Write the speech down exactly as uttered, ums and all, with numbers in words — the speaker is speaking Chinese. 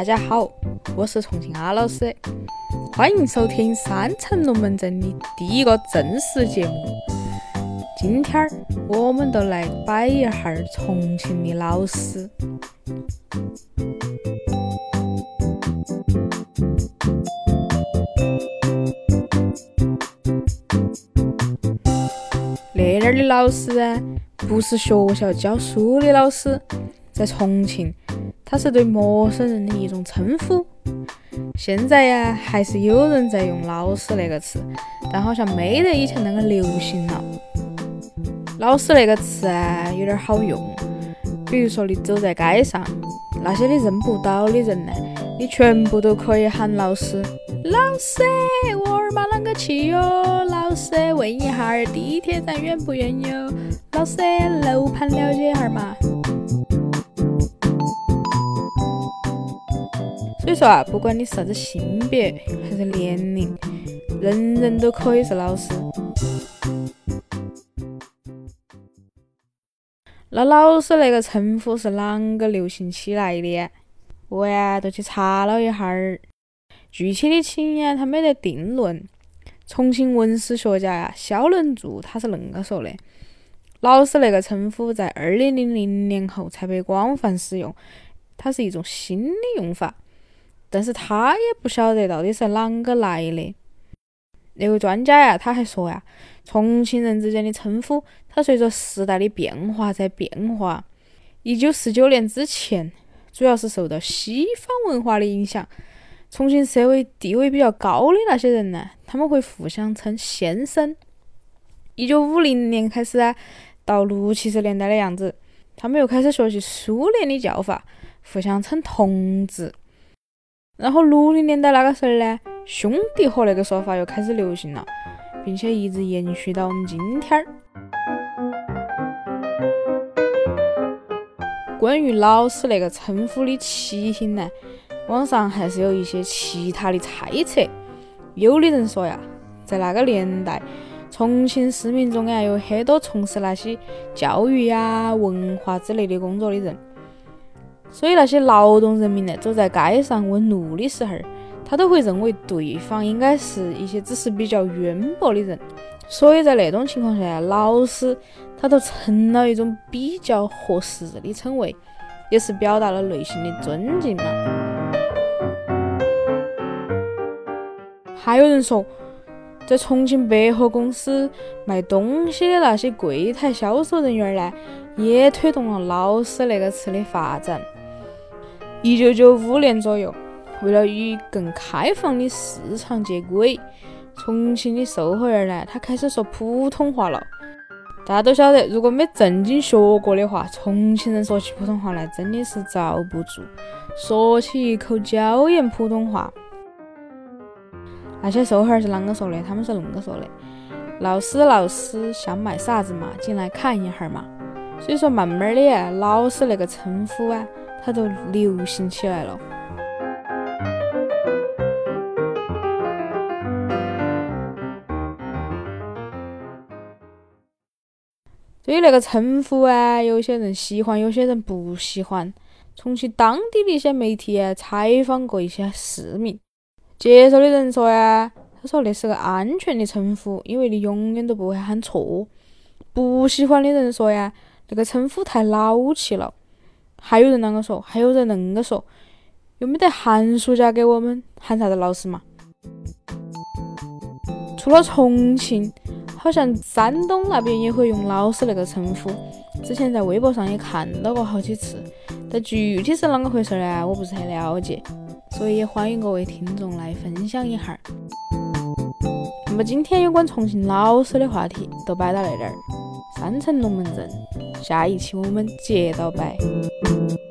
大家好，我是重庆阿老师，欢迎收听三层龙门阵的第一个正式节目。今天我们都来摆一下重庆的老师。那点儿的老师啊，不是学校教书的老师，在重庆它是对陌生人的一种称呼。现在呀，还是有人在用老师那个词，但好像没得以前那个流行了。老师那个词啊，有点好用。比如说你走在街上，那些你认不到的人呢，你全部都可以喊老师。老师，我儿马啷个去哟？老师，问一下地铁站远不远哟？老师，楼盘了解一下嘛。所以说啊，不管你是啥子性别还是年龄，人人都可以是老师。那老师那个称呼是啷个流行起来的？我呀都去查了一下儿，具体的起因他没得定论。重庆文史学家呀肖伦柱他是恁个说的：老师那个称呼在二零零零年后才被广泛使用，它是一种新的用法，但是他也不晓得到底是啷个来的。那位专家呀他还说呀，重庆人之间的称呼它随着时代的变化在变化。一九四九年之前，主要是受到西方文化的影响，重庆社会地位比较高的那些人呢，他们会互相称先生。一九五零年开始啊，到六七十年代的样子，他们又开始学习苏联的叫法，互相称同志。然后六零年代那个时候呢，兄弟伙那个说法又开始流行了，并且一直延续到我们今天。关于老师那个称呼的起因呢，网上还是有一些其他的猜测。有的人说呀，在那个年代，重庆市民中啊有很多从事那些教育呀、文化之类的工作的人，所以那些劳动人民呢，走在街上问路的时候，他都会认为对方应该是一些知识比较渊博的人，所以在那种情况下，老师他都成了一种比较合适的称谓，也是表达了内心的尊敬嘛。还有人说，在重庆百货公司卖东西的那些柜台销售人员呢，也推动了老师那个词的发展。一九九五年左右，为了与更开放的市场接轨，重庆的售货员呢，他开始说普通话了。大家都晓得，如果没正经学过的话，重庆人说起普通话来真的是遭不住，说起一口椒盐普通话。那些售货员是啷个说的？他们是啷个说的：老师老师想买啥子嘛，进来看一下嘛。所以说慢慢的啊，老师那个称呼啊，它都流行起来了。对于那个称呼啊，有些人喜欢，有些人不喜欢。重庆当地的一些媒体啊，采访过一些市民，接受的人说呀，他说那是个安全的称呼，因为你永远都不会喊错。不喜欢的人说呀，那个称呼太老气了。还有人啷个说？还有人恁个说，有没得寒暑假给我们喊啥子老师嘛？除了重庆，好像山东那边也会用老师那个称呼，之前在微博上也看到过好几次，但具体是啷个回事呢？我不是很了解，所以也欢迎各位听众来分享一下。那么今天有关重庆老师的话题都摆到那点儿，三层龙门阵，下一期我们接着摆。